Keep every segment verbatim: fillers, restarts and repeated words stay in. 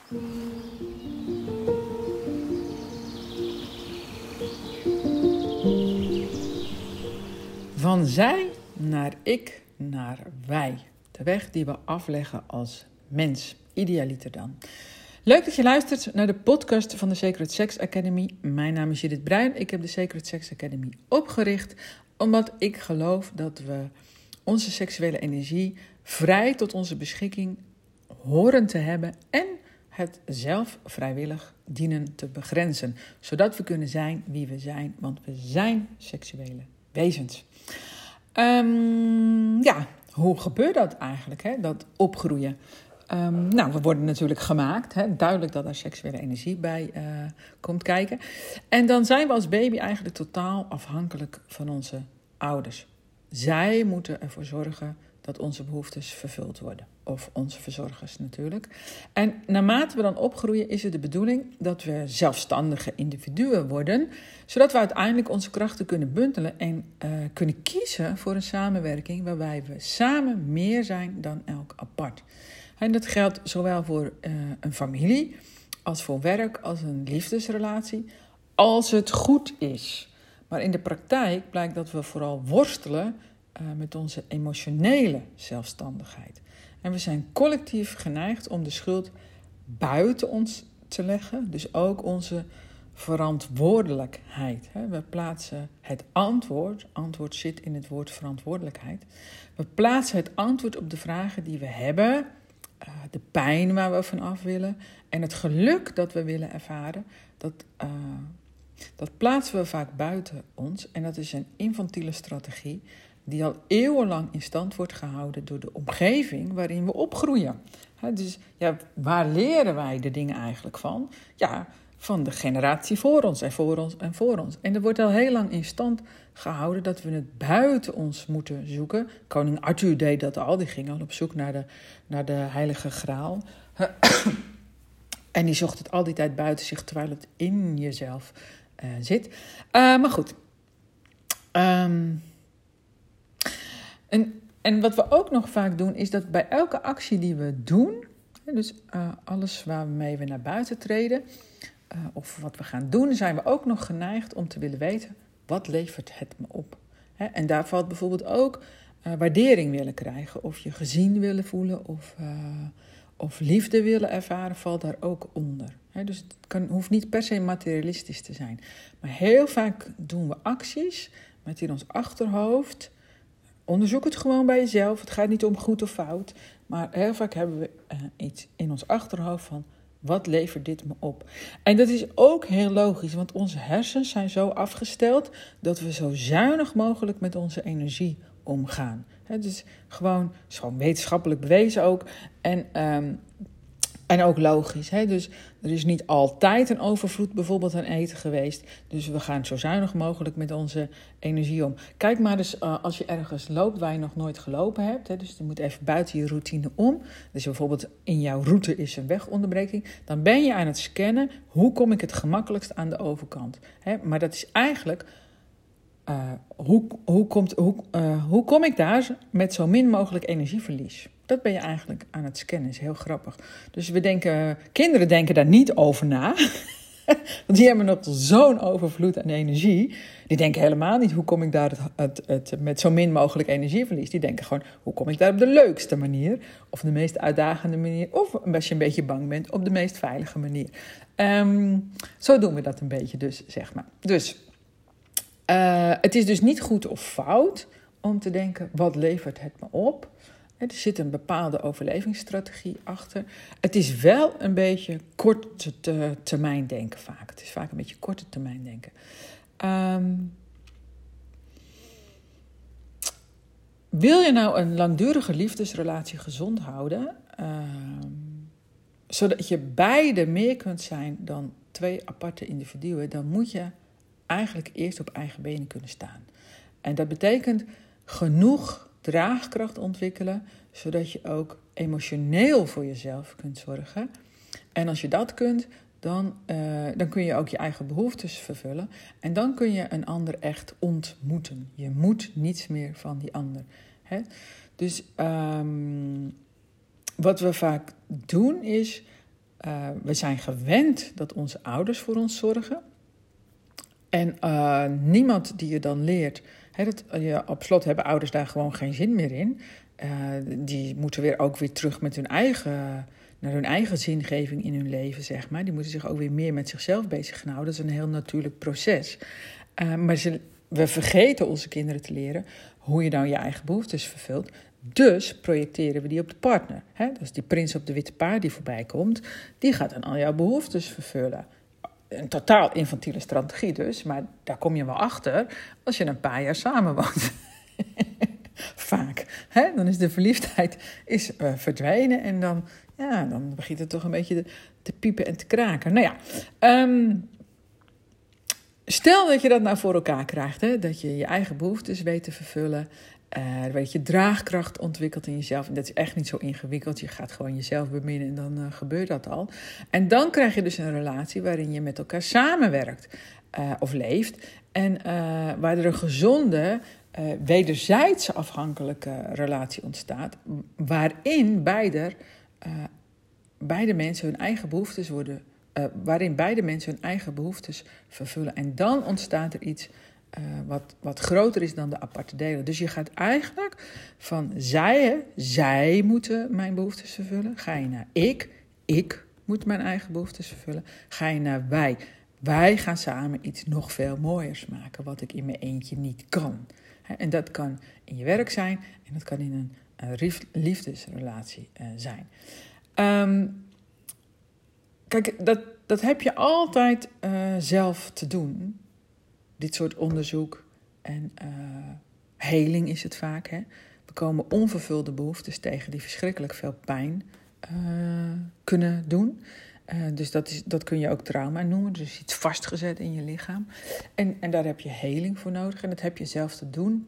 Van zij naar ik naar wij. De weg die we afleggen als mens. Idealiter dan. Leuk dat je luistert naar de podcast van de Sacred Sex Academy. Mijn naam is Judith Bruin. Ik heb de Sacred Sex Academy opgericht omdat ik geloof dat we onze seksuele energie vrij tot onze beschikking horen te hebben en het zelf vrijwillig dienen te begrenzen. Zodat we kunnen zijn wie we zijn, want we zijn seksuele wezens. Um, ja, hoe gebeurt dat eigenlijk, hè, dat opgroeien? Um, nou, we worden natuurlijk gemaakt. Hè, duidelijk dat er seksuele energie bij uh, komt kijken. En dan zijn we als baby eigenlijk totaal afhankelijk van onze ouders. Zij moeten ervoor zorgen dat onze behoeftes vervuld worden. Of onze verzorgers natuurlijk. En naarmate we dan opgroeien is het de bedoeling dat we zelfstandige individuen worden. Zodat we uiteindelijk onze krachten kunnen bundelen en uh, kunnen kiezen voor een samenwerking waarbij we samen meer zijn dan elk apart. En dat geldt zowel voor uh, een familie, als voor werk, als een liefdesrelatie, als het goed is. Maar in de praktijk blijkt dat we vooral worstelen uh, met onze emotionele zelfstandigheid. En we zijn collectief geneigd om de schuld buiten ons te leggen, dus ook onze verantwoordelijkheid. We plaatsen het antwoord, antwoord zit in het woord verantwoordelijkheid. We plaatsen het antwoord op de vragen die we hebben, de pijn waar we vanaf willen en het geluk dat we willen ervaren, dat, uh, dat plaatsen we vaak buiten ons. En dat is een infantiele strategie die al eeuwenlang in stand wordt gehouden door de omgeving waarin we opgroeien. He, dus ja, waar leren wij de dingen eigenlijk van? Ja, van de generatie voor ons en voor ons en voor ons. En er wordt al heel lang in stand gehouden dat we het buiten ons moeten zoeken. Koning Arthur deed dat al, die ging al op zoek naar de, naar de heilige graal. En die zocht het al die tijd buiten zich, terwijl het in jezelf uh, zit. Uh, maar goed. Um, en, en wat we ook nog vaak doen, is dat bij elke actie die we doen, dus uh, alles waarmee we naar buiten treden, Uh, of wat we gaan doen, zijn we ook nog geneigd om te willen weten, wat levert het me op? Hè? En daar valt bijvoorbeeld ook uh, waardering willen krijgen, of je gezien willen voelen, of, uh, of liefde willen ervaren, valt daar ook onder. Hè? Dus het kan, hoeft niet per se materialistisch te zijn. Maar heel vaak doen we acties met in ons achterhoofd. Onderzoek het gewoon bij jezelf, het gaat niet om goed of fout, maar heel vaak hebben we uh, iets in ons achterhoofd van, wat levert dit me op? En dat is ook heel logisch, want onze hersens zijn zo afgesteld dat we zo zuinig mogelijk met onze energie omgaan. Het is gewoon, is gewoon wetenschappelijk bewezen ook en, um, en ook logisch. Hè? Dus er is niet altijd een overvloed bijvoorbeeld aan eten geweest. Dus we gaan zo zuinig mogelijk met onze energie om. Kijk maar eens uh, als je ergens loopt waar je nog nooit gelopen hebt. Hè? Dus je moet even buiten je routine om. Dus bijvoorbeeld in jouw route is een wegonderbreking. Dan ben je aan het scannen. Hoe kom ik het gemakkelijkst aan de overkant? Hè? Maar dat is eigenlijk, Uh, hoe, hoe, komt, hoe, uh, hoe kom ik daar met zo min mogelijk energieverlies? Dat ben je eigenlijk aan het scannen, is heel grappig. Dus we denken, kinderen denken daar niet over na. Want die hebben nog zo'n overvloed aan energie. Die denken helemaal niet, hoe kom ik daar het, het, het, met zo min mogelijk energieverlies? Die denken gewoon, hoe kom ik daar op de leukste manier? Of de meest uitdagende manier? Of als je een beetje bang bent, op de meest veilige manier. Um, zo doen we dat een beetje dus, zeg maar. Dus Uh, het is dus niet goed of fout om te denken, wat levert het me op? Er zit een bepaalde overlevingsstrategie achter. Het is wel een beetje korte te, termijn denken vaak. Het is vaak een beetje korte termijn denken. Um, wil je nou een langdurige liefdesrelatie gezond houden, Um, zodat je beide meer kunt zijn dan twee aparte individuen, dan moet je eigenlijk eerst op eigen benen kunnen staan. En dat betekent genoeg draagkracht ontwikkelen, zodat je ook emotioneel voor jezelf kunt zorgen. En als je dat kunt, dan, uh, dan kun je ook je eigen behoeftes vervullen. En dan kun je een ander echt ontmoeten. Je moet niets meer van die ander. Hè? Dus um, wat we vaak doen is Uh, we zijn gewend dat onze ouders voor ons zorgen. En uh, niemand die je dan leert... Hè, dat, ja, op slot hebben ouders daar gewoon geen zin meer in. Uh, die moeten weer ook weer terug met hun eigen, naar hun eigen zingeving in hun leven, zeg maar. Die moeten zich ook weer meer met zichzelf bezig gaan houden. Dat is een heel natuurlijk proces. Uh, maar ze, we vergeten onze kinderen te leren hoe je nou je eigen behoeftes vervult. Dus projecteren we die op de partner. Hè? Dus die prins op de witte paard die voorbij komt, die gaat dan al jouw behoeftes vervullen. Een totaal infantiele strategie dus, maar daar kom je wel achter als je een paar jaar samen woont. Vaak. Hè? Dan is de verliefdheid is, uh, verdwenen en dan, ja, dan begint het toch een beetje te, te piepen en te kraken. Nou ja, um, stel dat je dat nou voor elkaar krijgt, hè? Dat je je eigen behoeftes weet te vervullen. Uh, weet je, draagkracht ontwikkelt in jezelf. En dat is echt niet zo ingewikkeld. Je gaat gewoon jezelf beminnen en dan uh, gebeurt dat al. En dan krijg je dus een relatie waarin je met elkaar samenwerkt uh, of leeft. En uh, waar er een gezonde, uh, wederzijdse afhankelijke relatie ontstaat. Waarin beide, uh, beide mensen hun eigen behoeftes worden... Uh, waarin beide mensen hun eigen behoeftes vervullen. En dan ontstaat er iets... Uh, wat, wat groter is dan de aparte delen. Dus je gaat eigenlijk van zij, hè, zij moeten mijn behoeftes vervullen. Ga je naar ik, ik moet mijn eigen behoeftes vervullen. Ga je naar wij, wij gaan samen iets nog veel mooiers maken, wat ik in mijn eentje niet kan. Hè, en dat kan in je werk zijn en dat kan in een, een liefdesrelatie uh, zijn. Um, kijk, dat, dat heb je altijd uh, zelf te doen. Dit soort onderzoek en uh, heling is het vaak. Hè? We komen onvervulde behoeftes tegen die verschrikkelijk veel pijn uh, kunnen doen. Uh, dus dat, is, dat kun je ook trauma noemen. Dus iets vastgezet in je lichaam. En, en daar heb je heling voor nodig. En dat heb je zelf te doen.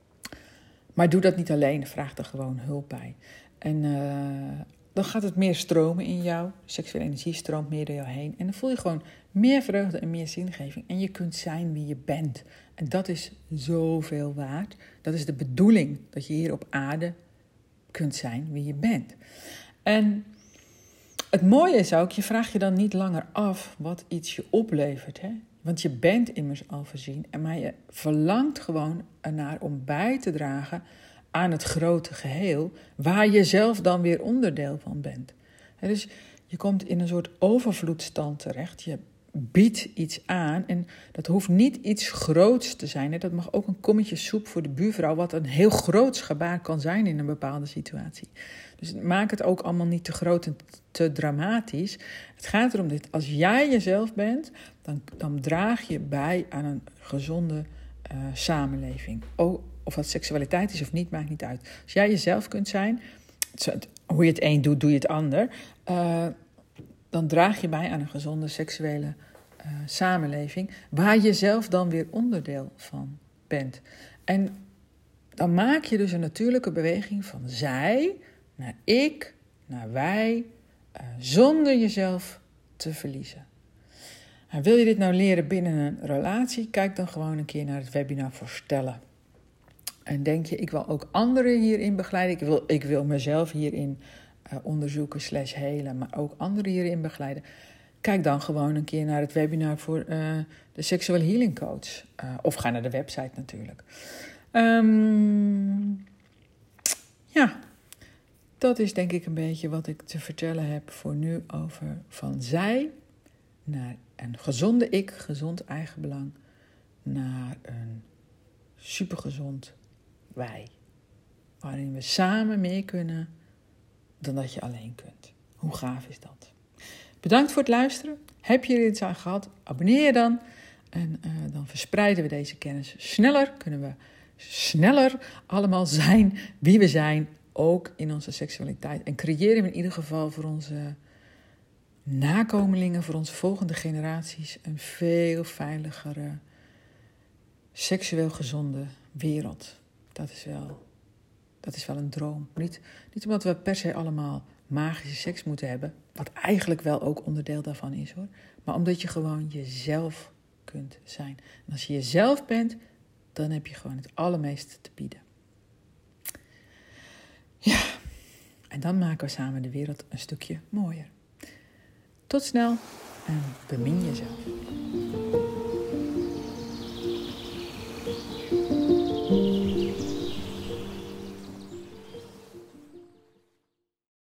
Maar doe dat niet alleen. Vraag er gewoon hulp bij. En uh, dan gaat het meer stromen in jou. Seksuele energie stroomt meer door jou heen. En dan voel je gewoon meer vreugde en meer zingeving. En je kunt zijn wie je bent. En dat is zoveel waard. Dat is de bedoeling. Dat je hier op aarde kunt zijn wie je bent. En het mooie is ook, je vraagt je dan niet langer af wat iets je oplevert. Hè? Want je bent immers al voorzien. En maar je verlangt gewoon ernaar om bij te dragen aan het grote geheel, waar je zelf dan weer onderdeel van bent. He, dus je komt in een soort overvloedstand terecht. Je biedt iets aan en dat hoeft niet iets groots te zijn. Hè. Dat mag ook een kommetje soep voor de buurvrouw, wat een heel groots gebaar kan zijn in een bepaalde situatie. Dus maak het ook allemaal niet te groot en te dramatisch. Het gaat erom dit, als jij jezelf bent, dan, dan draag je bij aan een gezonde uh, samenleving. Oh, of dat seksualiteit is of niet, maakt niet uit. Als jij jezelf kunt zijn, hoe je het een doet, doe je het ander. Uh, dan draag je bij aan een gezonde seksuele uh, samenleving, waar je zelf dan weer onderdeel van bent. En dan maak je dus een natuurlijke beweging van zij naar ik, naar wij, uh, zonder jezelf te verliezen. En wil je dit nou leren binnen een relatie? Kijk dan gewoon een keer naar het webinar voor stellen. En denk je, ik wil ook anderen hierin begeleiden. Ik wil, ik wil mezelf hierin uh, onderzoeken slash helen, maar ook anderen hierin begeleiden. Kijk dan gewoon een keer naar het webinar voor uh, de Sexual Healing Coach. Uh, of ga naar de website natuurlijk. Um, ja, dat is denk ik een beetje wat ik te vertellen heb voor nu over van zij naar een gezonde ik, gezond eigenbelang, naar een supergezond wij. Waarin we samen meer kunnen dan dat je alleen kunt. Hoe gaaf is dat? Bedankt voor het luisteren. Heb je er iets aan gehad? Abonneer je dan. En uh, dan verspreiden we deze kennis sneller. Kunnen we sneller allemaal zijn wie we zijn. Ook in onze seksualiteit. En creëren we in ieder geval voor onze nakomelingen, voor onze volgende generaties, een veel veiligere, seksueel gezonde wereld. Dat is wel, dat is wel een droom. Niet, niet omdat we per se allemaal magische seks moeten hebben, wat eigenlijk wel ook onderdeel daarvan is hoor. Maar omdat je gewoon jezelf kunt zijn. En als je jezelf bent, dan heb je gewoon het allermeeste te bieden. Ja, en dan maken we samen de wereld een stukje mooier. Tot snel en bemin jezelf.